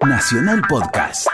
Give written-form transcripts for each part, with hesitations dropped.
Nacional Podcast.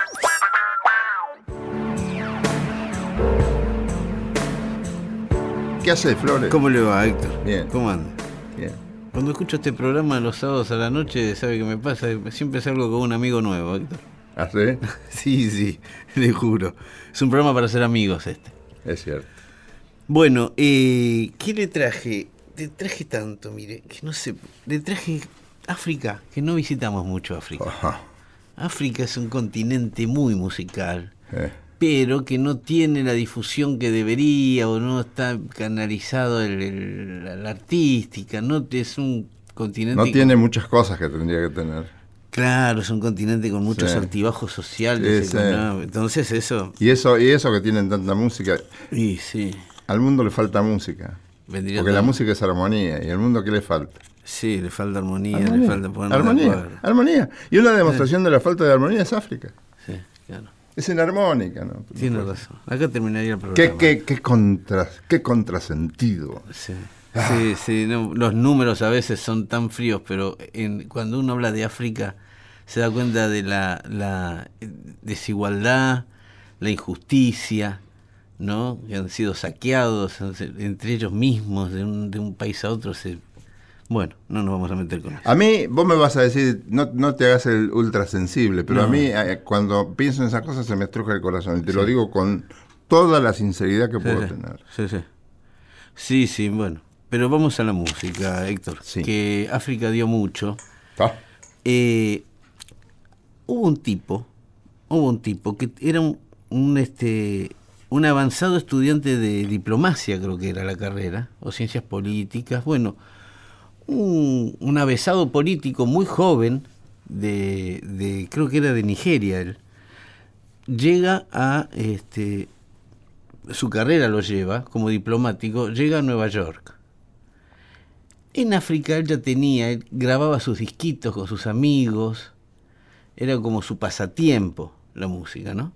¿Qué haces, Flores? ¿Cómo le va, Héctor? Bien. ¿Cómo anda? Bien. Cuando escucho este programa los sábados a la noche, ¿sabe qué me pasa? Siempre salgo con un amigo nuevo, Héctor. ¿Ah, sí? Sí, le juro. Es un programa para ser amigos este. Es cierto. Bueno, ¿qué le traje? Le traje tanto, mire, que no sé. Le traje África, que no visitamos mucho África. Ajá. África es un continente muy musical, pero que no tiene la difusión que debería, o no está canalizado la artística, no es un continente... No tiene muchas cosas que tendría que tener. Claro, es un continente con muchos Sí. altibajos sociales, Sí. entonces eso... Y eso que tienen tanta música, Y sí, al mundo le falta música. vendría Porque la todo. música es armonía, y al mundo ¿qué le falta? Sí, le falta armonía, le falta ponernos de Armonía, acuerdo. armonía. Y una demostración de la falta de armonía es África. Sí, claro. Es inarmónica, ¿no? Tiene razón. Acá terminaría el programa. Qué contrasentido. Sí, sí, no, los números a veces son tan fríos, pero cuando uno habla de África se da cuenta de la desigualdad, la injusticia, ¿no? Que han sido saqueados entre ellos mismos de un país a otro. Bueno, no nos vamos a meter con eso. A mí, vos me vas a decir, no te hagas el ultrasensible, pero No. a mí, cuando pienso en esas cosas, se me estruja el corazón. Y te lo digo con toda la sinceridad que puedo tener. Sí, bueno. Pero vamos a la música, Héctor. Sí. Que África dio mucho. Ah, Hubo un tipo que era un avanzado estudiante de diplomacia, creo que era la carrera, o ciencias políticas, bueno, un avesado político muy joven, creo que era de Nigeria él, llega a, su carrera lo lleva, como diplomático, llega a Nueva York. En África él él grababa sus disquitos con sus amigos, era como su pasatiempo la música, ¿no?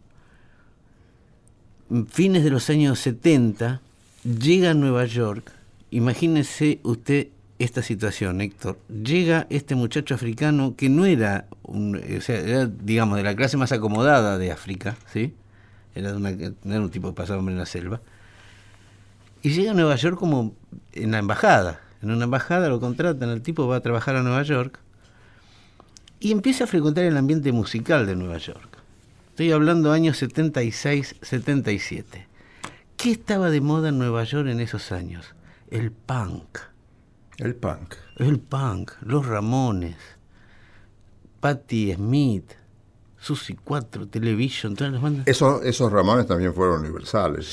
En fines de los años 70, llega a Nueva York, imagínese usted esta situación, Héctor, llega este muchacho africano que no era, era, digamos, de la clase más acomodada de África, ¿sí? No era un tipo que pasaba en la selva, y llega a Nueva York como en la embajada. En una embajada lo contratan, el tipo va a trabajar a Nueva York y empieza a frecuentar el ambiente musical de Nueva York. Estoy hablando años 76, 77. ¿Qué estaba de moda en Nueva York en esos años? El punk. el punk. Los Ramones, Patti Smith, Susie 4, Television, todas las bandas. Esos Ramones también fueron universales.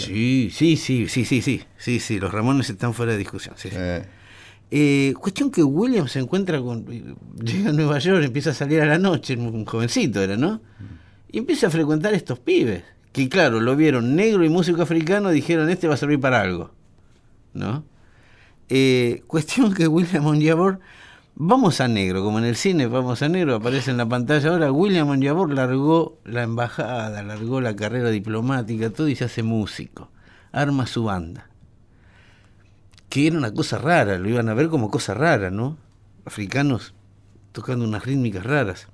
Sí, los Ramones están fuera de discusión. Sí. Cuestión que William se encuentra llega a Nueva York, empieza a salir a la noche, un jovencito era, ¿no? Y empieza a frecuentar estos pibes, que claro, lo vieron negro y músico africano, dijeron, este va a servir para algo, ¿no? Cuestión que William Onyeabor, vamos a negro, como en el cine, vamos a negro, aparece en la pantalla ahora, William Onyeabor largó la embajada, largó la carrera diplomática, todo y se hace músico, arma su banda. Que era una cosa rara, lo iban a ver como cosa rara, ¿no? Africanos tocando unas rítmicas raras.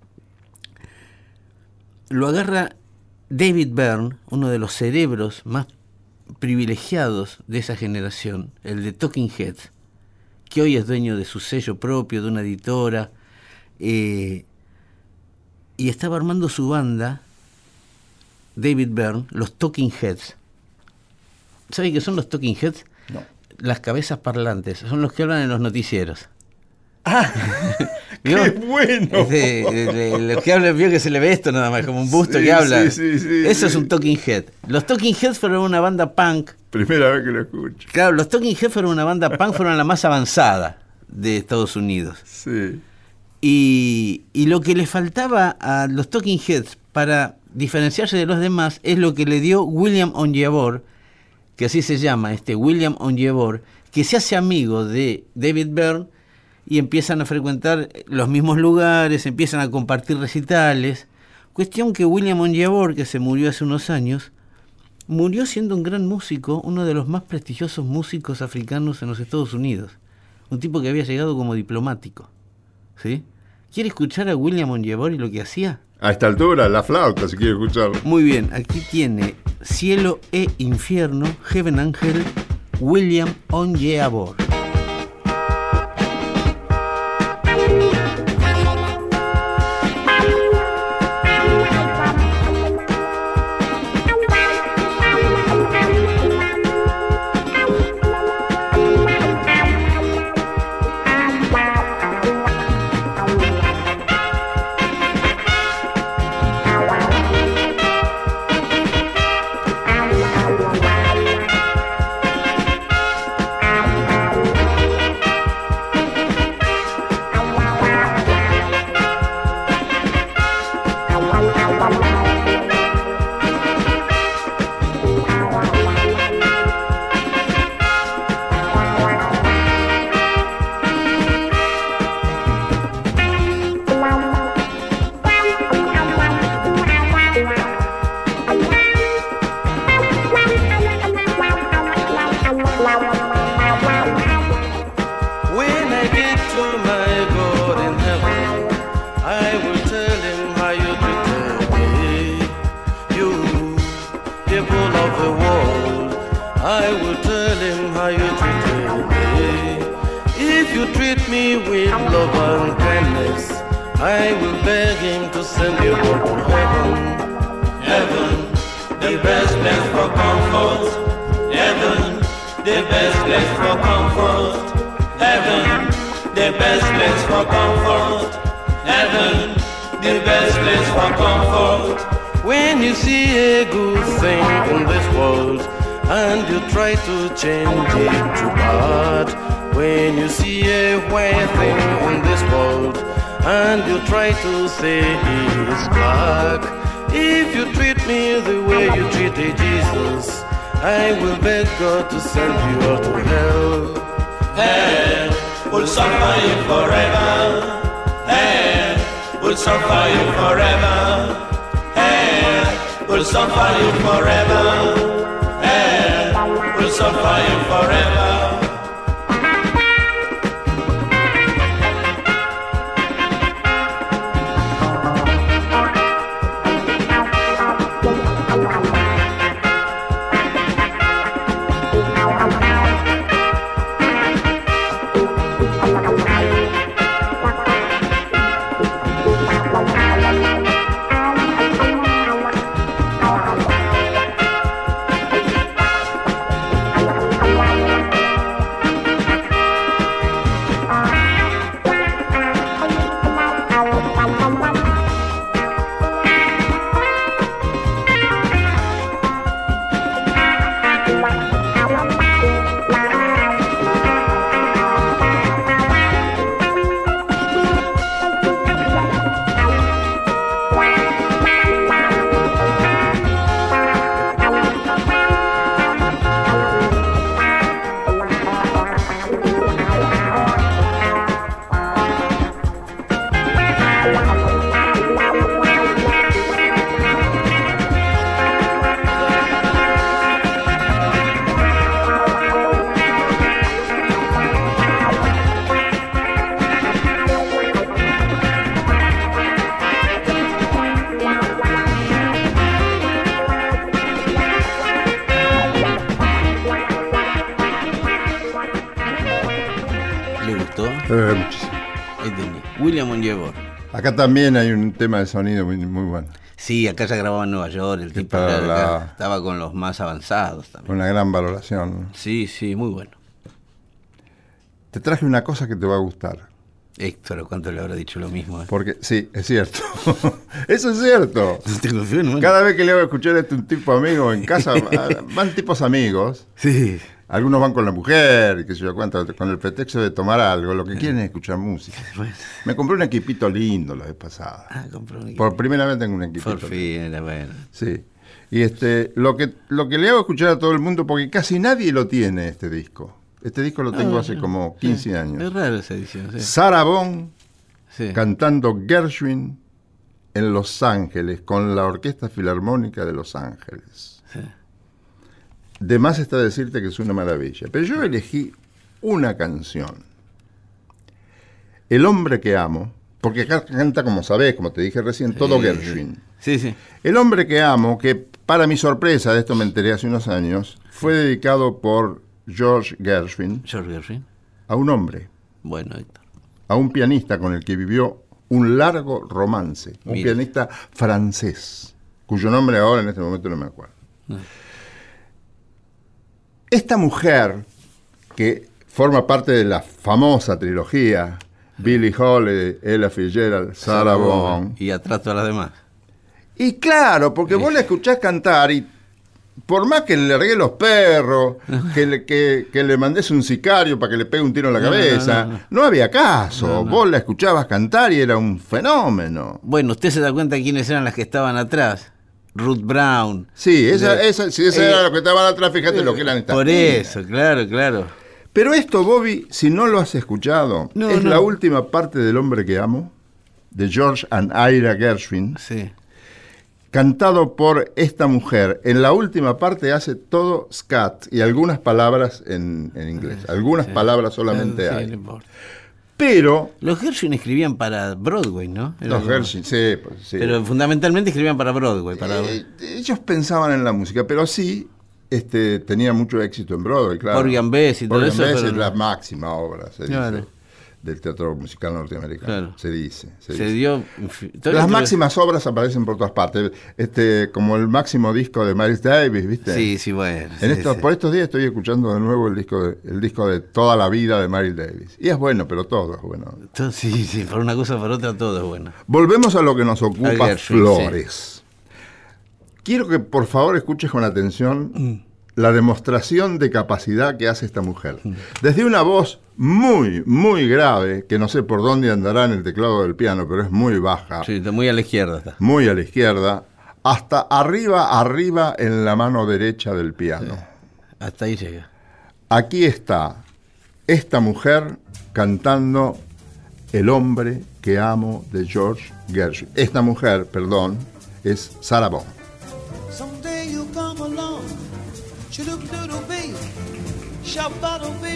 Lo agarra David Byrne, uno de los cerebros más privilegiados de esa generación, el de Talking Heads, que hoy es dueño de su sello propio, de una editora, y estaba armando su banda, David Byrne, los Talking Heads. ¿Sabe qué son los Talking Heads? No. Las cabezas parlantes, son los que hablan en los noticieros. ¡Ah! ¡Qué bueno! Los que hablan, vio que se le ve esto nada más, como un busto que habla. Sí, Eso es un Talking Head. Los Talking Heads fueron una banda punk. Primera vez que lo escucho. Claro, los Talking Heads fueron una banda punk, fueron la más avanzada de Estados Unidos. Sí. Y lo que le faltaba a los Talking Heads para diferenciarse de los demás es lo que le dio William Onyeabor, que así se llama, William Onyeabor, que se hace amigo de David Byrne y empiezan a frecuentar los mismos lugares, empiezan a compartir recitales. Cuestión que William Onyeabor, que se murió hace unos años, murió siendo un gran músico, uno de los más prestigiosos músicos africanos en los Estados Unidos. Un tipo que había llegado como diplomático, ¿sí? ¿Quiere escuchar a William Onyebori lo que hacía? A esta altura, la flauta, si quiere escucharlo. Muy bien, aquí tiene Cielo e Infierno, Heaven and Hell, William Onyebori. Muchísimo. William Onyebori. Acá también hay un tema de sonido muy, muy bueno. Sí, acá se grababa en Nueva York, el tipo estaba con los más avanzados también. Con una gran valoración, ¿no? Sí, sí, muy bueno. Te traje una cosa que te va a gustar. Héctor, ¿cuánto le habrá dicho lo mismo? Porque, sí, es cierto. Eso es cierto. ¿Te confío, no? Cada vez que le hago escuchar a un tipo amigo en casa, van tipos amigos. Sí. Algunos van con la mujer, qué sé yo cuánto, con el pretexto de tomar algo. Lo que quieren es escuchar música. Bueno. Me compré un equipito lindo la vez pasada. Compré un equipo. Por primera vez tengo un equipito. Por fin, era bueno. Sí. Y lo que le hago escuchar a todo el mundo, porque casi nadie lo tiene, este disco. Este disco lo tengo hace como 15 años. Es raro esa edición, sí. Sarah Vaughan cantando Gershwin en Los Ángeles con la Orquesta Filarmónica de Los Ángeles. Sí. De más está decirte que es una maravilla. Pero yo elegí una canción. El hombre que amo, porque acá canta, como sabés, como te dije recién, todo Gershwin. Sí. El hombre que amo, que para mi sorpresa, de esto me enteré hace unos años, fue dedicado por George Gershwin a un hombre. Bueno, Héctor. A un pianista con el que vivió un largo romance. Un pianista francés, cuyo nombre ahora en este momento no me acuerdo. Esta mujer, que forma parte de la famosa trilogía Billie Holiday, Ella Fitzgerald, Sarah Vaughan. Y atrás todas las demás. Y claro, porque vos la escuchás cantar y por más que le largué los perros, que le mandes un sicario para que le pegue un tiro en la cabeza, no había caso. Vos la escuchabas cantar y era un fenómeno. Bueno, ¿usted se da cuenta de quiénes eran las que estaban atrás? Ruth Brown. Sí, esa era lo que estaban atrás, fíjate lo que eran estas. Por eso, claro. Pero esto, Bobby, si no lo has escuchado, es la última parte del Hombre que amo, de George and Ira Gershwin, cantado por esta mujer. En la última parte hace todo scat y algunas palabras en inglés. Algunas palabras solamente hay. No, pero los Gershwin escribían para Broadway, ¿no? Los Gershwin, sí. Pero fundamentalmente escribían para Broadway. Ellos pensaban en la música, pero sí tenía mucho éxito en Broadway, claro. Porgy and Bess y todo eso. Porgy and Bess es la máxima obra, se dice, del teatro musical norteamericano. Se dice. Las máximas obras aparecen por todas partes. Como el máximo disco de Miles Davis, ¿viste? Sí, bueno. Por estos días estoy escuchando de nuevo el disco de toda la vida de Miles Davis. Y es bueno, pero todo es bueno. Sí, por una cosa o por otra todo es bueno. Volvemos a lo que nos ocupa, Gershwin, Flores. Quiero que por favor escuches con atención la demostración de capacidad que hace esta mujer. Desde una voz muy, muy grave, que no sé por dónde andará en el teclado del piano, pero es muy baja. Sí, muy a la izquierda está. Muy a la izquierda, hasta arriba en la mano derecha del piano. Sí, hasta ahí llega. Aquí está esta mujer cantando El hombre que amo de George Gershwin. Esta mujer, es Sarah Vaughan. Someday you'll come along, choo-doo-doo-doo baby, shabba-doo-bee,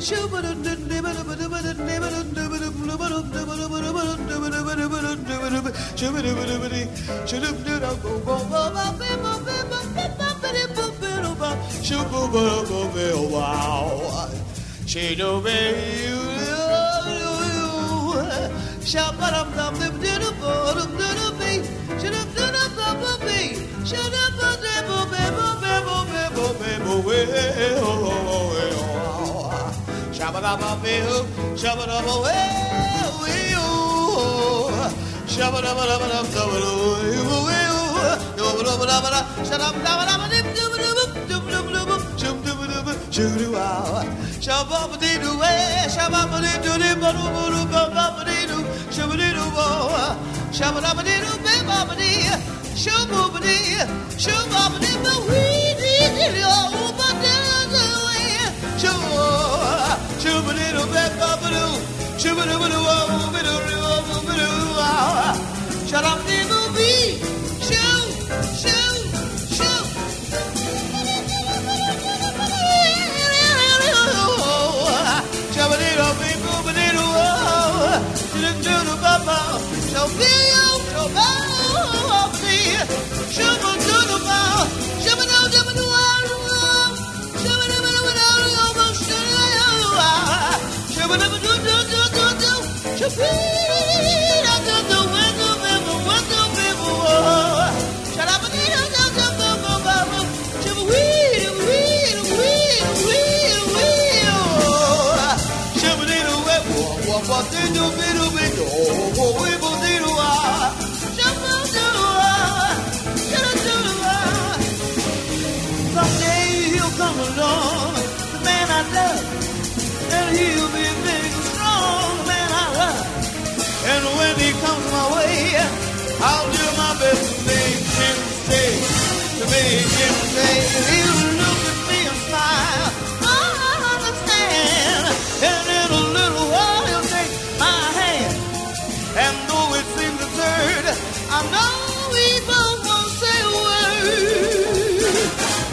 I'll do my best to make him stay, to make him say, he'll look at me and smile, I understand, and in a little while he'll take my hand, and though it seems absurd, I know we both won't say a word.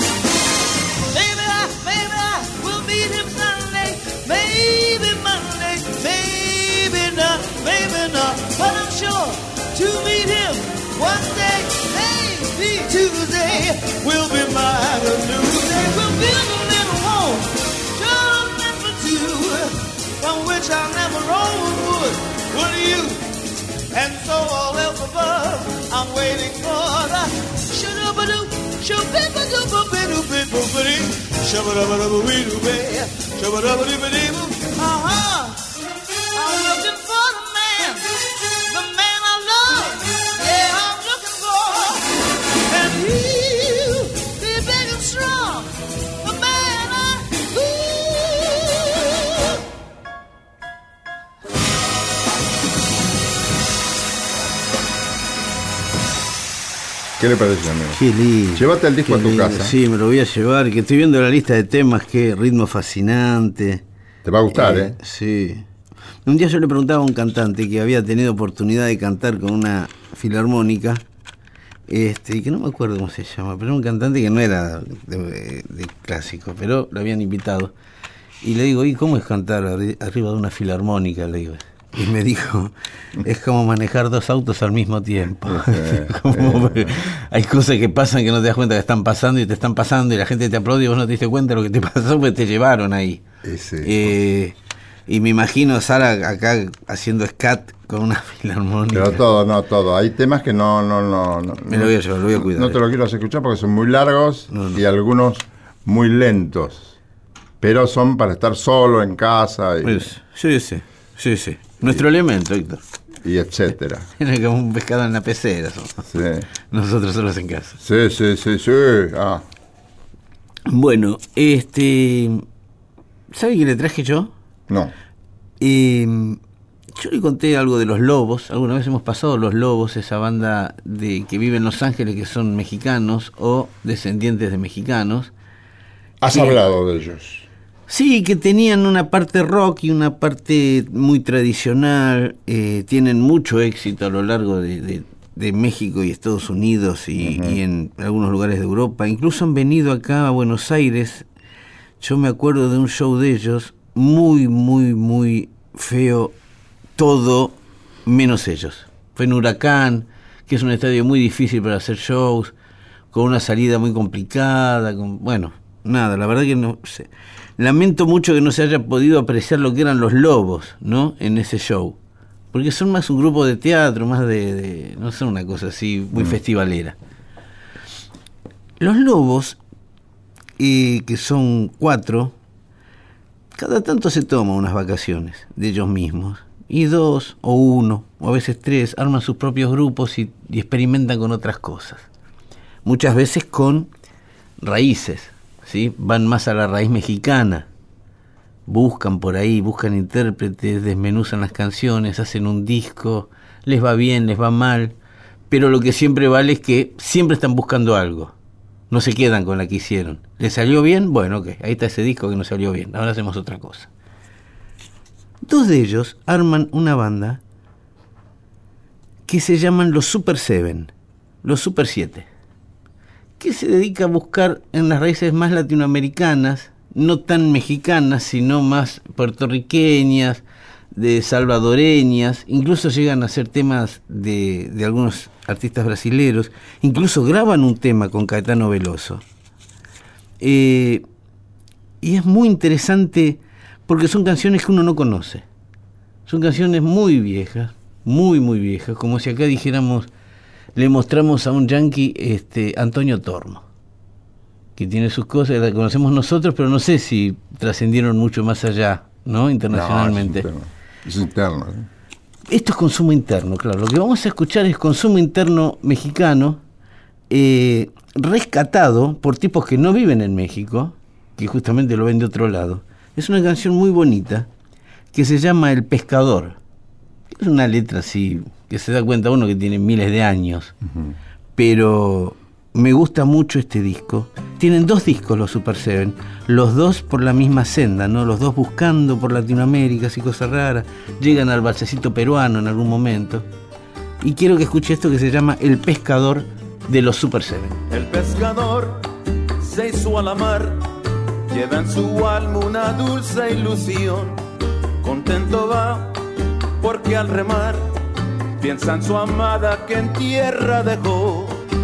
Maybe I will meet him Sunday, maybe Monday, maybe not, but I'm sure so all else above, I'm waiting for the shoo-doo-ba-doo, shoo-bee-ba-doo-ba-bee-doo-bee-boo-bee, shabba-dabba-dabba-wee-doo-bee, shabba-dabba-dee-ba-dee-boo. I'm looking for the man I love. Yeah, I'm looking for, and he'll be big and strong. The man I ¿Qué le parece, amigo? Qué lindo. Llévate el disco a tu casa. Sí, me lo voy a llevar, que estoy viendo la lista de temas, qué ritmo fascinante. Te va a gustar, ¿eh? Sí. Un día yo le preguntaba a un cantante que había tenido oportunidad de cantar con una filarmónica, que no me acuerdo cómo se llama, pero era un cantante que no era de clásico, pero lo habían invitado. Y le digo, ¿y cómo es cantar arriba de una filarmónica? Le digo. Y me dijo, es como manejar dos autos al mismo tiempo. Hay cosas que pasan que no te das cuenta que están pasando y te están pasando y la gente te aplaude y vos no te diste cuenta de lo que te pasó porque te llevaron ahí. Y me imagino a Sara acá haciendo scat con una filarmónica. Pero todo. Hay temas que no. Me lo voy a llevar, lo voy a cuidar. No te lo quiero hacer escuchar porque son muy largos y algunos muy lentos. Pero son para estar solo en casa. Y... Sí. Nuestro elemento, Héctor. Y etcétera. Era como un pescado en la pecera. Sí. Nosotros solos en casa. Sí. Ah. Bueno, ¿sabe qué le traje yo? No. Yo le conté algo de Los Lobos. Alguna vez hemos pasado Los Lobos, esa banda que vive en Los Ángeles, que son mexicanos o descendientes de mexicanos. ¿Has hablado de ellos? Sí, que tenían una parte rock y una parte muy tradicional. Tienen mucho éxito a lo largo de México y Estados Unidos y en algunos lugares de Europa. Incluso han venido acá a Buenos Aires. Yo me acuerdo de un show de ellos muy, muy, muy feo, todo menos ellos. Fue en Huracán, que es un estadio muy difícil para hacer shows, con una salida muy complicada, la verdad que no sé. Lamento mucho que no se haya podido apreciar lo que eran Los Lobos, ¿no? En ese show. Porque son más un grupo de teatro, más no son una cosa así muy festivalera. Los Lobos, que son 4, cada tanto se toman unas vacaciones de ellos mismos. Y 2 o 1, o a veces 3, arman sus propios grupos y experimentan con otras cosas. Muchas veces con raíces. ¿Sí? Van más a la raíz mexicana, buscan por ahí, buscan intérpretes, desmenuzan las canciones, hacen un disco, les va bien, les va mal, pero lo que siempre vale es que siempre están buscando algo, no se quedan con la que hicieron. ¿Les salió bien? Bueno, ok, ahí está ese disco que no salió bien, ahora hacemos otra cosa. 2 de ellos arman una banda que se llaman los Super 7, los Super 7. Que se dedica a buscar en las raíces más latinoamericanas, no tan mexicanas, sino más puertorriqueñas, de salvadoreñas, incluso llegan a hacer temas de algunos artistas brasileros, incluso graban un tema con Caetano Veloso. Y es muy interesante porque son canciones que uno no conoce, son canciones muy viejas, muy viejas, como si acá dijéramos, le mostramos a un yanqui Antonio Tormo, que tiene sus cosas, la conocemos nosotros, pero no sé si trascendieron mucho más allá, ¿no? Internacionalmente. No, es interno. Esto es consumo interno, claro. Lo que vamos a escuchar es consumo interno mexicano, rescatado por tipos que no viven en México, que justamente lo ven de otro lado. Es una canción muy bonita que se llama El Pescador. Es una letra así que se da cuenta uno que tiene miles de años, pero me gusta mucho este disco. Tienen 2 discos los Super 7, los 2 por la misma senda, ¿no? Los 2 buscando por Latinoamérica, así cosas raras, llegan al balsecito peruano en algún momento, y quiero que escuche esto que se llama El Pescador de los Super 7. El pescador se hizo a la mar, lleva en su alma una dulce ilusión, contento va porque al remar piensa en su amada que en tierra dejó.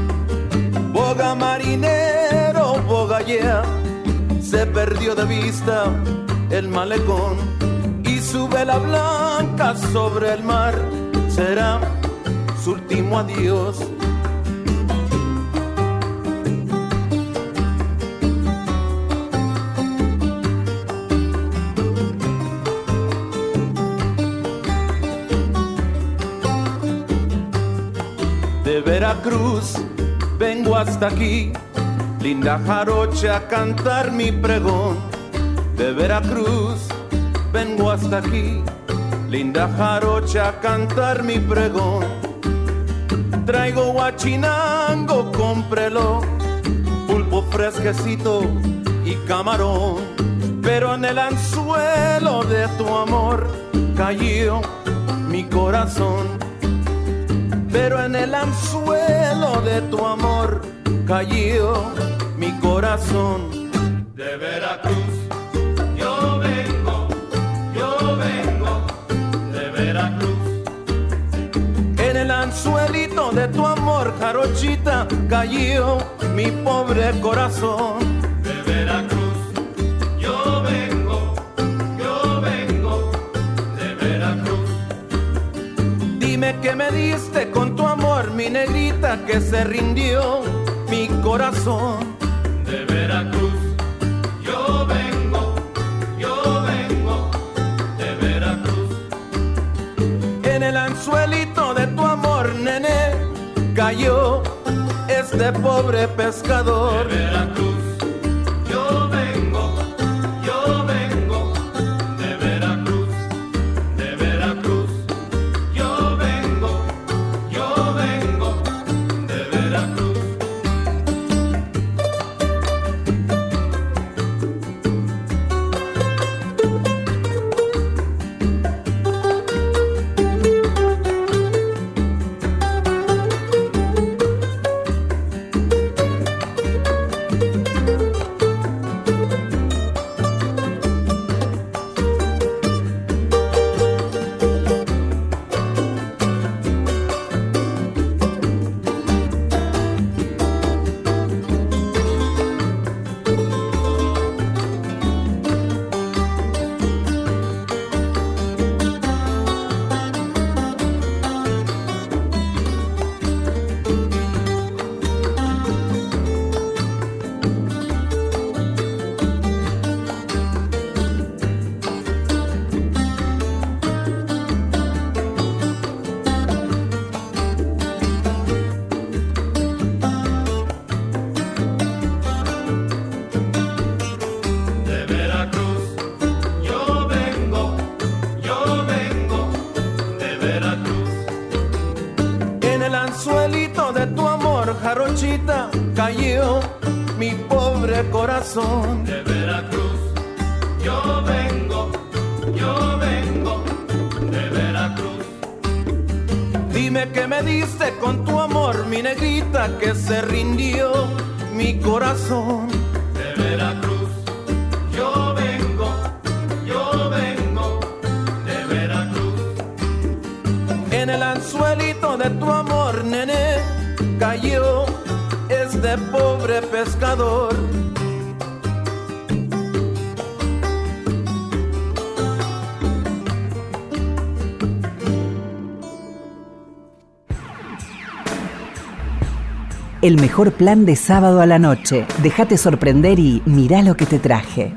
Boga marinero, boga ya, se perdió de vista el malecón y su vela blanca sobre el mar será su último adiós. De Veracruz vengo hasta aquí, linda jarocha, a cantar mi pregón. De Veracruz vengo hasta aquí, linda jarocha, a cantar mi pregón. Traigo guachinango, cómprelo, pulpo fresquecito y camarón. Pero en el anzuelo de tu amor cayó mi corazón. Pero en el anzuelo de tu amor cayó mi corazón. De Veracruz yo vengo de Veracruz. En el anzuelito de tu amor, jarochita, cayó mi pobre corazón. De Veracruz yo vengo de Veracruz. Dime que me diste con tu amor, mi negrita, que se rindió mi corazón. De Veracruz yo vengo de Veracruz. En el anzuelito de tu amor, nené, cayó este pobre pescador. De Veracruz yo vengo de Veracruz. De Veracruz yo vengo de Veracruz. jarochita cayó mi pobre corazón. De Veracruz yo vengo de Veracruz. Dime que me diste con tu amor, mi negrita, que se rindió mi corazón. De Veracruz yo vengo de Veracruz. En el anzuelito de tu amor, nené, cayó este pobre pescador. El mejor plan de sábado a la noche. Déjate sorprender y mirá lo que te traje.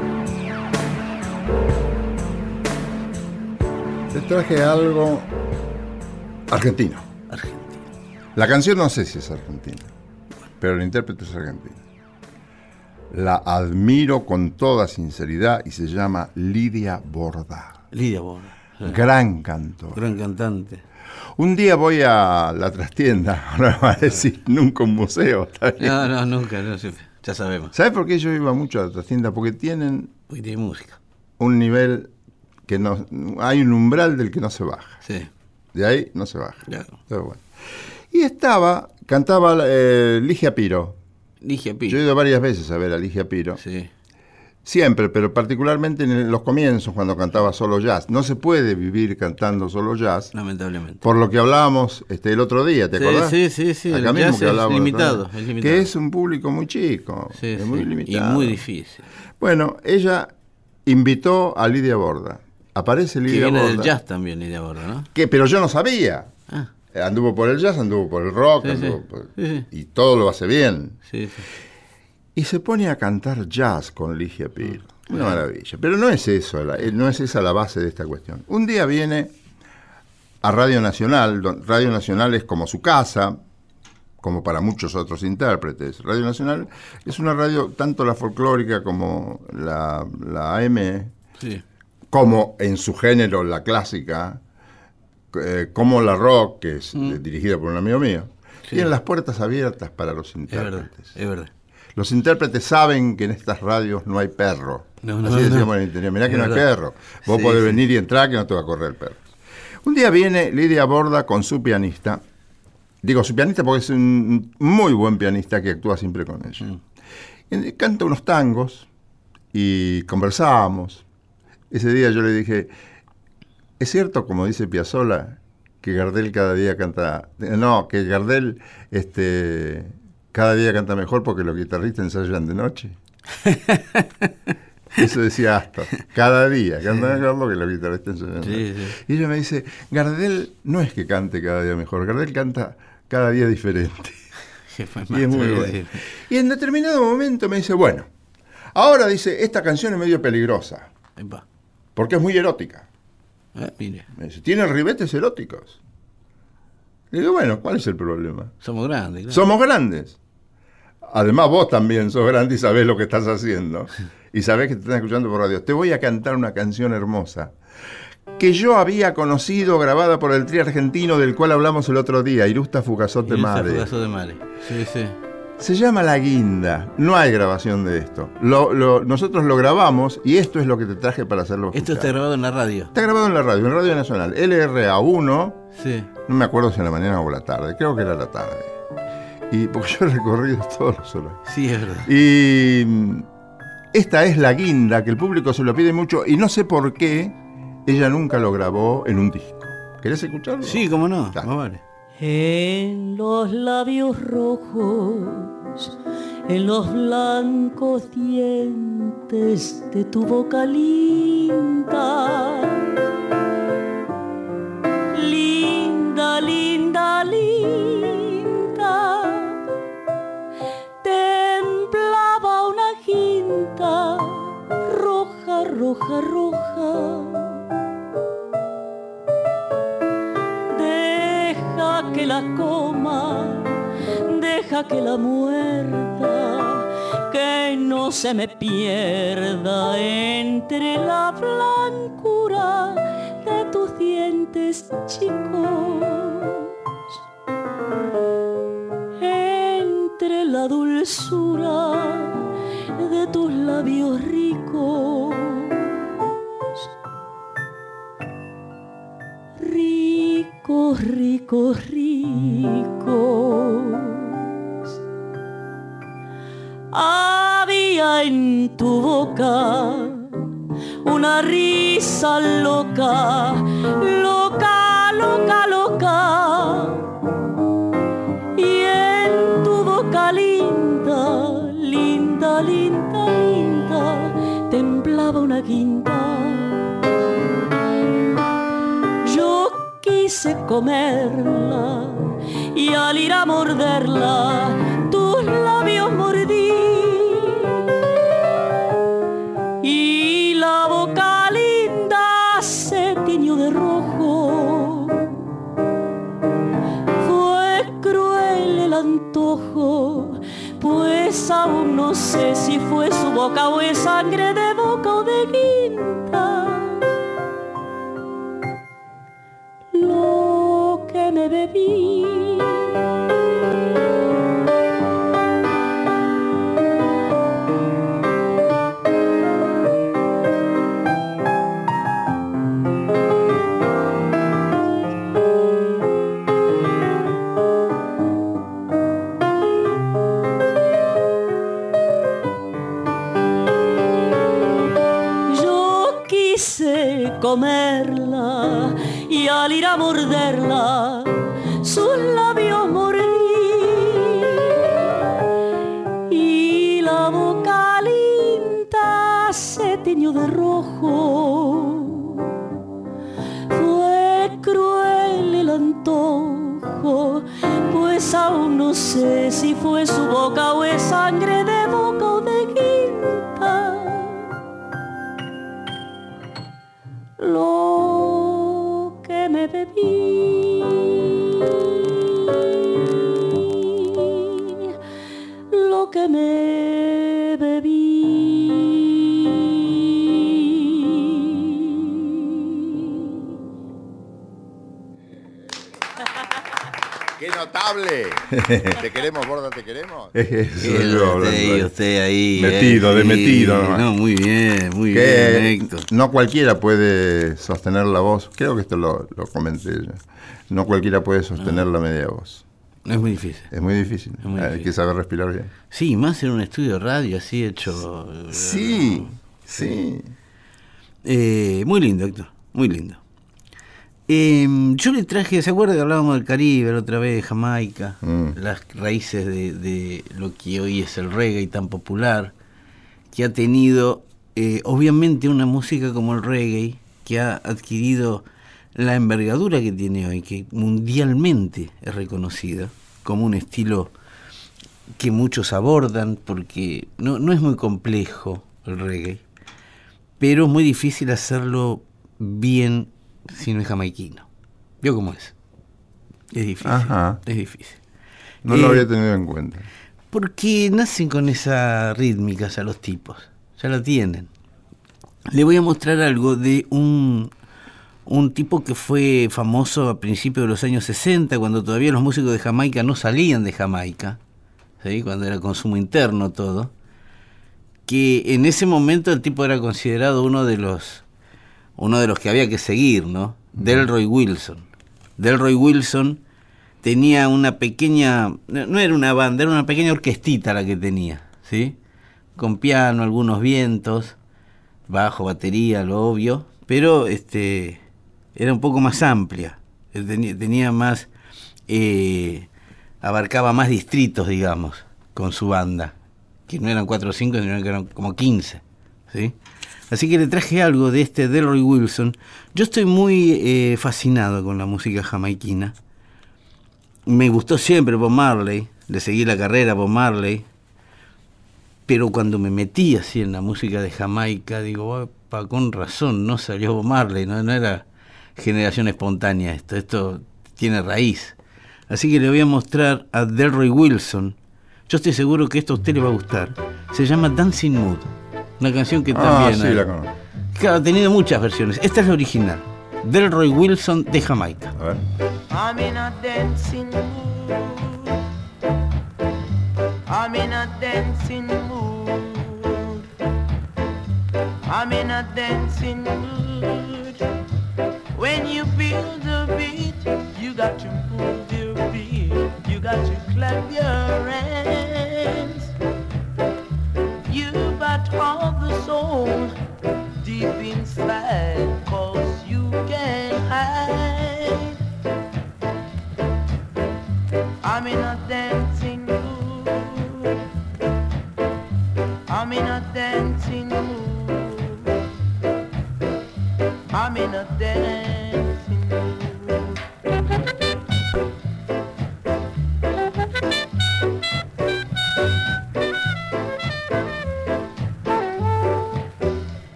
Te traje algo argentino. La canción no sé si es argentina, pero el intérprete es argentino. La admiro con toda sinceridad y se llama Lidia Borda. Lidia Borda. Gran cantor. Gran cantante. Un día voy a la trastienda, ahora va a decir nunca un museo. ¿Está bien? No, nunca, no, ya sabemos. ¿Sabes por qué yo iba mucho a la trastienda? Porque tienen Porque tiene música. un nivel que no, hay un umbral del que no se baja. Sí. De ahí no se baja. Claro. Pero bueno. Y cantaba Ligia Piro. Ligia Piro. Yo he ido varias veces a ver a Ligia Piro. Sí. Siempre, pero particularmente en los comienzos, cuando cantaba solo jazz. No se puede vivir cantando solo jazz. Lamentablemente. Por lo que hablábamos el otro día, ¿te acordás? Sí. Acá El mismo jazz que hablábamos es el limitado, otro día. es limitado. Que es un público muy chico, Sí, muy sí. limitado. Y muy difícil. Bueno, ella invitó a Lidia Borda. Aparece Que Lidia viene Borda. del jazz también, Lidia Borda, ¿no? Pero yo no sabía. Ah. Anduvo por el jazz, anduvo por el rock, y todo lo hace bien. Sí, sí. Y se pone a cantar jazz con Ligia Piro. Una maravilla. Pero no es eso, no es esa la base de esta cuestión. Un día viene a Radio Nacional. Radio Nacional es como su casa, como para muchos otros intérpretes. Radio Nacional es una radio, tanto la folclórica como la AM, Sí. como en su género la clásica, como la rock, que es dirigida por un amigo mío, Sí. tienen las puertas abiertas para los intérpretes. Es verdad. Los intérpretes saben que en estas radios no hay perro. No, Así decíamos en el interior. Mirá que no hay perro. Vos podés venir y entrar que no te va a correr el perro. Un día viene Lidia Borda con su pianista. Digo su pianista porque es un muy buen pianista que actúa siempre con ella. Y canta unos tangos y conversábamos. Ese día yo le dije, ¿es cierto, como dice Piazzolla, que Gardel cada día canta... No, que Gardel cada día canta mejor porque los guitarristas ensayan de noche? Eso decía Astor. Cada día canta mejor porque los guitarristas ensayan de noche. Sí. Y ella me dice, Gardel no es que cante cada día mejor, Gardel canta cada día diferente. Y es muy bueno. Y en determinado momento me dice, bueno, ahora dice, esta canción es medio peligrosa, porque es muy erótica. Mire. Me dice, tiene ribetes eróticos. Le digo, bueno, ¿cuál es el problema? Somos grandes. Claro. Somos grandes. Además, vos también sos grande y sabés lo que estás haciendo. Y sabés que te están escuchando por radio. Te voy a cantar una canción hermosa que yo había conocido, grabada por el trío argentino del cual hablamos el otro día, Irusta Fugazot de Mare. Sí, sí. Se llama La Guinda. No hay grabación de esto. Nosotros lo grabamos y esto es lo que te traje para hacerlo escuchar. Esto está grabado en la radio. Está grabado en Radio Nacional. LRA1. Sí. No me acuerdo si en la mañana o la tarde. Creo que era la tarde. Y porque yo he recorrido todos los horarios. Sí, es verdad. Y esta es La Guinda, que el público se lo pide mucho y no sé por qué ella nunca lo grabó en un disco. ¿Querés escucharlo? Sí, cómo no. Vale. En los labios rojos, en los blancos dientes de tu boca linda, linda, linda, linda, temblaba una guinda roja, roja, roja. Que la coma, deja que la muerda, que no se me pierda entre la blancura de tus dientes chicos, entre la dulzura de tus labios ricos. Ricos, ricos, ricos. Había en tu boca una risa loca, loca, loca, loca. Y en tu boca linda, linda, linda, linda, temblaba una guinda. Quise comerla y al ir a morderla tus labios mordí y la boca linda se tiñó de rojo. Fue cruel el antojo, pues aún no sé si fue su boca o es sangre de boca o de guinda lo que me bebí. Yo quise comerla y al ir a morderla sus labios mordí y la boca linda se tiñó de rojo. Fue cruel el antojo, aún no sé si fue su boca o es sangre de boca o de guinda. Lo que me bebí, lo que me bebí. ¡Qué notable! ¿Te queremos, Borda, te queremos? Usted ahí. Metido. No, muy bien, Héctor. No cualquiera puede sostener la voz. Creo que esto lo comenté ya. No cualquiera puede sostener la media voz. Es muy difícil. Es muy difícil. Hay que saber respirar bien. Sí, más en un estudio de radio así hecho. Sí. Muy lindo, Héctor. Muy lindo. Yo le traje, ¿se acuerda que hablábamos del Caribe la otra vez, Jamaica? Las raíces de lo que hoy es el reggae tan popular, que ha tenido, obviamente, una música como el reggae, que ha adquirido la envergadura que tiene hoy, que mundialmente es reconocida como un estilo que muchos abordan, porque no es muy complejo el reggae, pero es muy difícil hacerlo bien si no es jamaiquino. ¿Vio cómo es? Es difícil. Ajá. Es difícil. No lo había tenido en cuenta. Porque nacen con esa rítmica a los tipos. Ya la tienen. Le voy a mostrar algo de un tipo que fue famoso a principios de los años 60, cuando todavía los músicos de Jamaica no salían de Jamaica, ¿sí? Cuando era consumo interno todo, que en ese momento el tipo era considerado uno de los que había que seguir, ¿no? Delroy Wilson. Delroy Wilson tenía una pequeña, no era una banda, era una pequeña orquestita la que tenía, ¿sí? Con piano, algunos vientos, bajo, batería, lo obvio, pero era un poco más amplia, tenía más, abarcaba más distritos, digamos, con su banda, que no eran 4 o 5, sino que eran como 15, ¿sí? Así que le traje algo de Delroy Wilson. Yo estoy muy fascinado con la música jamaiquina. Me gustó siempre Bob Marley, le seguí la carrera a Bob Marley, pero cuando me metí así en la música de Jamaica, digo, con razón, no salió Bob Marley, no era generación espontánea esto tiene raíz. Así que le voy a mostrar a Delroy Wilson. Yo estoy seguro que esto a usted le va a gustar. Se llama Dancing Mood. Una canción que también sí, la conozco. Claro, ha tenido muchas versiones. Esta es la original. Delroy Wilson de Jamaica. A ver. I'm in a dancing mood. I'm in a dancing mood. I'm in a dancing mood. When you feel the beat, you got to move your feet. You got to clap your hands. You got all the soul deep inside, 'cause you can't hide. I'm in a dancing mood. I'm in a dancing mood. I'm in a dancing mood.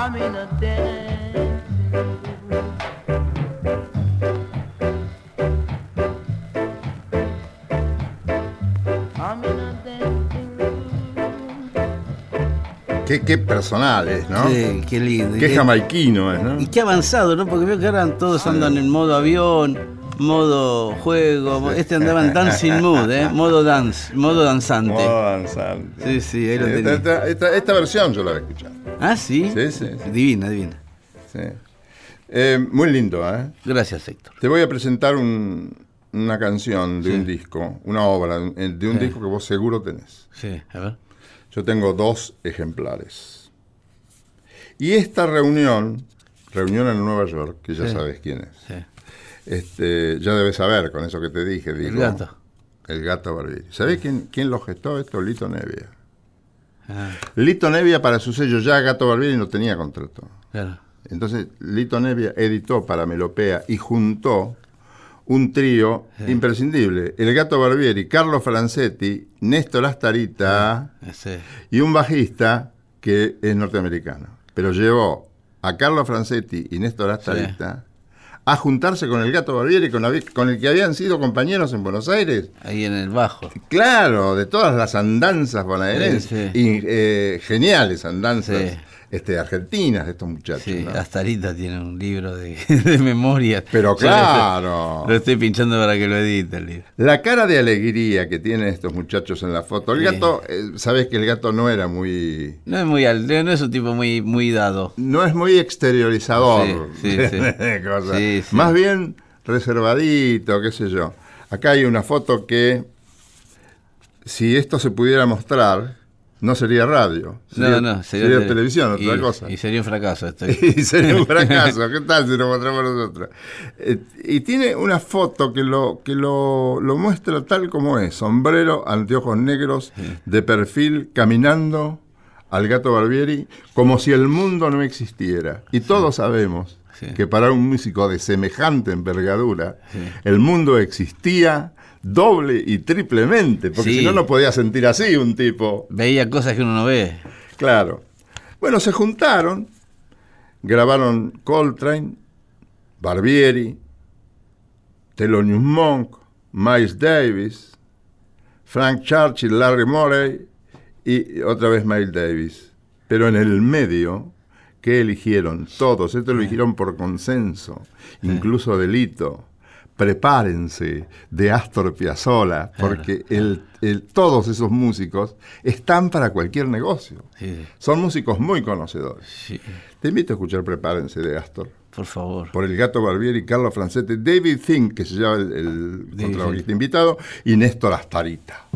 I'm in a dancing mood. I'm in a dancing mood. Qué personal es, ¿no? Sí, qué lindo. Qué jamaiquino es, ¿no? Y qué avanzado, ¿no? Porque veo que ahora todos andan en modo avión, modo juego. Este andaba en dancing mood, ¿eh? Modo danzante. Modo danzante. Sí, ahí lo tenía. Esta versión yo la he escuchado. ¿Ah, sí? Sí. Divina. Sí. Muy lindo, ¿eh? Gracias, Héctor. Te voy a presentar una canción de un disco, una obra de un disco que vos seguro tenés. Sí, a ver. Yo tengo 2 ejemplares. Y esta reunión en Nueva York, que ya sabes quién es. Sí. Ya debes saber con eso que te dije. El gato. El gato Barbieri. ¿Sabés quién lo gestó esto? Lito Nevia. Ah. Lito Nevia para su sello, ya Gato Barbieri no tenía contrato. Claro. Entonces Lito Nevia editó para Melopea y juntó un trío imprescindible. El Gato Barbieri, Carlo Francetti, Néstor Astarita y un bajista que es norteamericano. Pero llevó a Carlo Francetti y Néstor Astarita a juntarse con el Gato Barbieri, con el que habían sido compañeros en Buenos Aires. Ahí en el bajo. Claro, de todas las andanzas bonaerenses. Y geniales andanzas argentinas de estos muchachos. Sí, ¿no? Astarita tiene un libro de memorias. Pero claro. Lo estoy pinchando para que lo edite el libro. La cara de alegría que tienen estos muchachos en la foto. El gato, sabes que el gato no era muy... No es muy alto, no es un tipo muy dado. No es muy exteriorizador. Sí. Más bien reservadito, qué sé yo. Acá hay una foto que, si esto se pudiera mostrar, no sería radio. Sería televisión, otra cosa. Y sería un fracaso esto. Y sería un fracaso. ¿Qué tal si lo mostramos nosotros? Y tiene una foto que lo muestra tal como es. Sombrero, anteojos negros, de perfil, caminando al Gato Barbieri, como si el mundo no existiera. Y todos sabemos que para un músico de semejante envergadura, el mundo existía doble y triplemente, porque si no, no podía sentir así un tipo. Veía cosas que uno no ve. Claro. Bueno, se juntaron, grabaron Coltrane, Barbieri, Thelonious Monk, Miles Davis, Frank Churchill, Larry Morey y otra vez Miles Davis. Pero en el medio, ¿qué eligieron? Todos. Esto lo eligieron por consenso, incluso de Lito. Prepárense, de Astor Piazzolla, porque todos esos músicos están para cualquier negocio. Son músicos muy conocedores. Te invito a escuchar Prepárense de Astor. Por favor. Por el Gato Barbieri, Carlo Francetti, David Fink, que se llama el contrabajista invitado, y Néstor Astarita.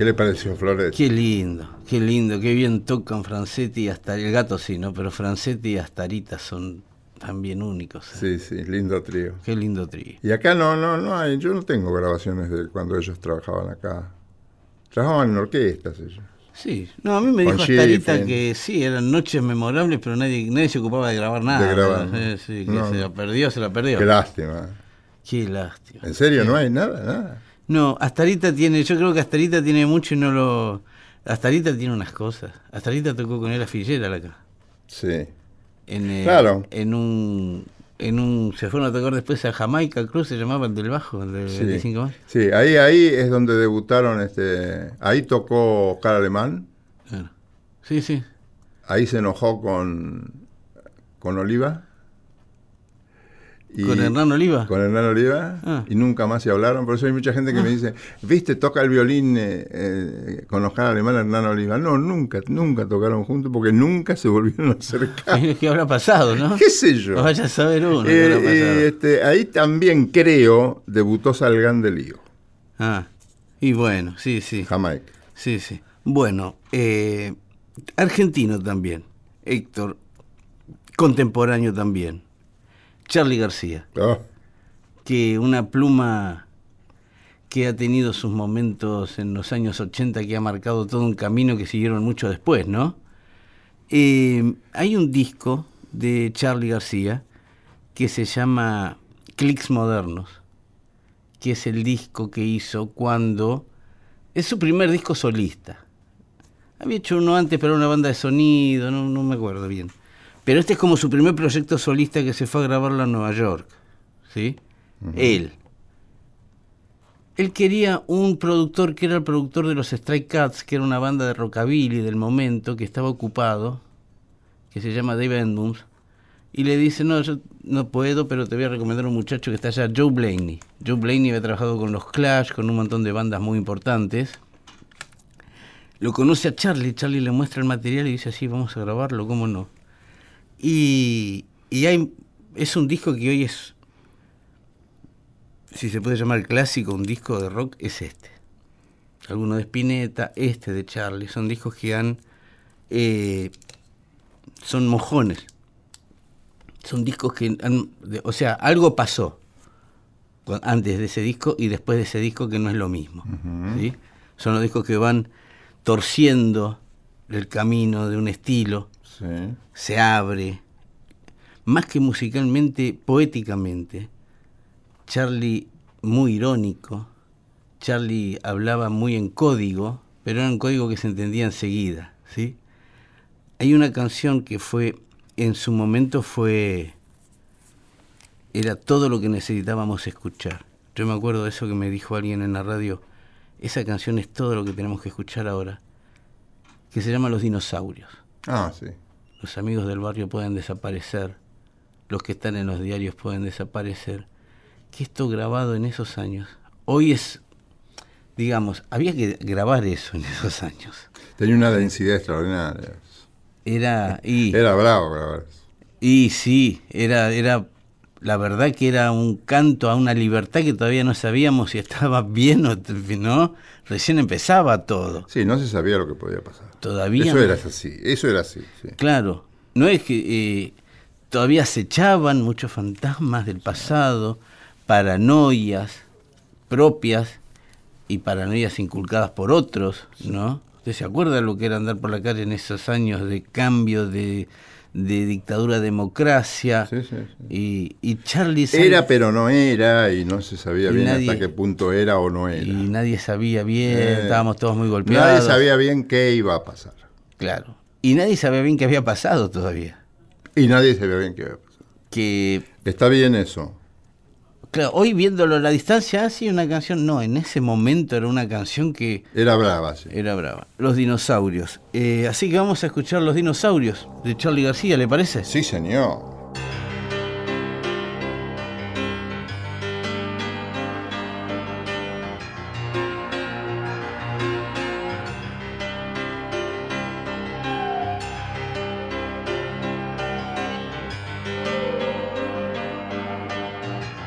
¿Qué le pareció, Flores? Qué lindo, qué bien tocan Francetti y Astarita. El gato sí, ¿no? Pero Francetti y Astarita son también únicos. Sí, lindo trío. Qué lindo trío. Y acá no hay, yo no tengo grabaciones de cuando ellos trabajaban acá. Trabajaban en orquestas ellos. Sí, no, a mí me dijo Astarita que sí, eran noches memorables, pero nadie se ocupaba de grabar nada. De grabar. Sí, que se la perdió. Qué lástima. Qué lástima. ¿En serio? Sí. ¿No hay nada? No, Astarita tiene, yo creo que Astarita tiene mucho y no lo... Astarita tiene unas cosas. Astarita tocó con él a Fitzgerald acá. Sí. Claro. En un se fueron a tocar después a Jamaica, cruz se llamaba el del bajo, el de 25 más. Sí, ahí es donde debutaron, ahí tocó Oscar Alemán. Claro. Sí. Ahí se enojó con Oliva. ¿Con Hernán Oliva? Con Hernán Oliva, y nunca más se hablaron. Por eso hay mucha gente que me dice, ¿viste, toca el violín con Oscar Alemán, Hernán Oliva? No, nunca tocaron juntos porque nunca se volvieron a acercar. ¿Qué habrá pasado, no? ¿Qué sé yo? No vaya a saber uno qué habrá pasado. Ahí también, creo, debutó Salgán de Lío. Y bueno, sí. Jamaica. Sí. Bueno, argentino también, Héctor, contemporáneo también. Charly García, que una pluma que ha tenido sus momentos en los años 80, que ha marcado todo un camino que siguieron mucho después, ¿no? Hay un disco de Charly García que se llama Clics Modernos, que es el disco que hizo cuando... Es su primer disco solista. Había hecho uno antes, pero una banda de sonido, no me acuerdo bien. Pero este es como su primer proyecto solista que se fue a grabarlo en Nueva York, ¿sí? Uh-huh. Él quería un productor que era el productor de los Stray Cats, que era una banda de rockabilly del momento, que estaba ocupado, que se llama Dave Edmunds, y le dice, no, yo no puedo, pero te voy a recomendar a un muchacho que está allá, Joe Blaney. Joe Blaney había trabajado con los Clash, con un montón de bandas muy importantes. Lo conoce a Charly le muestra el material y dice, sí, vamos a grabarlo, ¿cómo no? Y es un disco que hoy es, si se puede llamar clásico, un disco de rock, es este. Alguno de Spinetta, de Charly, son discos que son mojones. Son discos que algo pasó antes de ese disco y después de ese disco que no es lo mismo. Uh-huh. ¿Sí? Son los discos que van torciendo el camino de un estilo. Sí. Se abre, más que musicalmente, poéticamente. Charly muy irónico, Charly hablaba muy en código, pero era un código que se entendía enseguida, ¿sí? Hay una canción que en su momento era todo lo que necesitábamos escuchar. Yo me acuerdo de eso que me dijo alguien en la radio, esa canción es todo lo que tenemos que escuchar ahora, que se llama Los Dinosaurios. Sí. Los amigos del barrio pueden desaparecer, los que están en los diarios pueden desaparecer. Que esto grabado en esos años, hoy es, digamos, había que grabar eso en esos años. Tenía una densidad extraordinaria. Era bravo grabar eso. Y sí, era la verdad que era un canto a una libertad que todavía no sabíamos si estaba bien o no. Recién empezaba todo. Sí, no se sabía lo que podía pasar. Todavía eso era así. Sí. Claro, no es que todavía acechaban muchos fantasmas del pasado, paranoias propias y paranoias inculcadas por otros, ¿no? ¿Usted se acuerda de lo que era andar por la calle en esos años de cambio de dictadura a democracia? Sí. Y Charly era pero no era, y no se sabía bien hasta qué punto era o no era. Y nadie sabía bien, estábamos todos muy golpeados. Nadie sabía bien qué iba a pasar. Claro. Y nadie sabía bien qué había pasado todavía. Y nadie sabía bien qué había pasado. Está bien eso. Claro, hoy viéndolo a la distancia, una canción, no, en ese momento era una canción que... Era brava, sí. Era brava. Los Dinosaurios. Así que vamos a escuchar Los Dinosaurios de Charly García, ¿le parece? Sí, señor.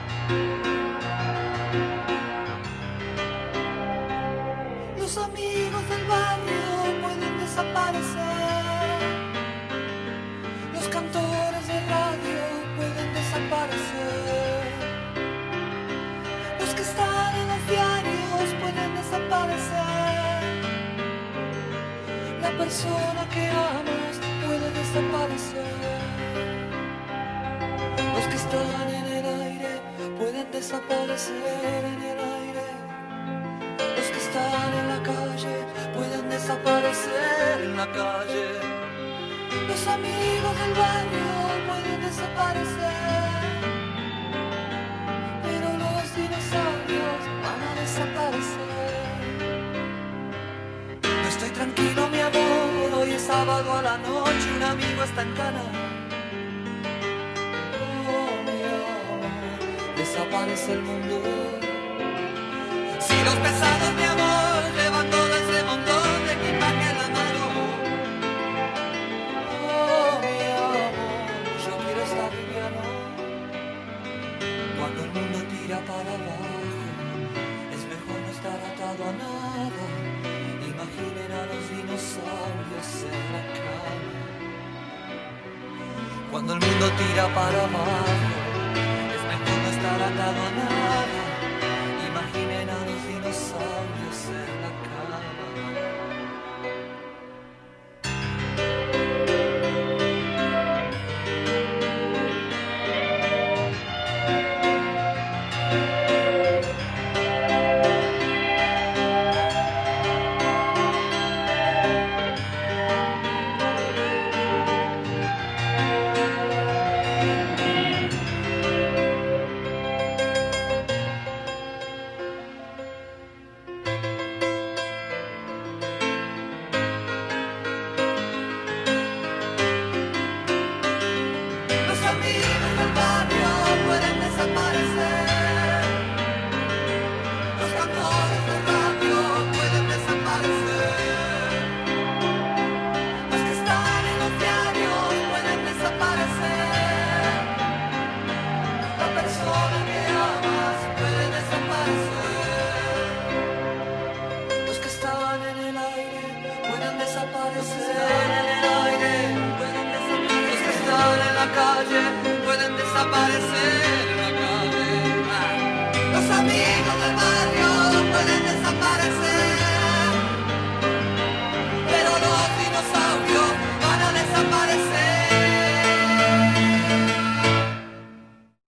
Los amigos desaparecer. Los que están en los diarios pueden desaparecer. La persona que amas puede desaparecer. Los que están en el aire pueden desaparecer en el aire. Los que están en la calle pueden desaparecer en la calle. Los amigos del barrio pueden desaparecer, pero los dinosaurios van a desaparecer. No estoy tranquilo, mi amor, hoy es sábado a la noche, un amigo está en cana. Oh, mi amor, desaparece el mundo. Si los pesados, mi amor, llevan todo ese montón de equipaje en la mano. Oh, mi amor, yo quiero estar liviano. Cuando el mundo tira para abajo, es mejor no estar atado a nada. Imaginen a los dinosaurios en la cama. Cuando el mundo tira para abajo, es mejor no estar atado a nada. Imaginen a los dinosaurios en la cama. Pueden desaparecer en la calle. Los amigos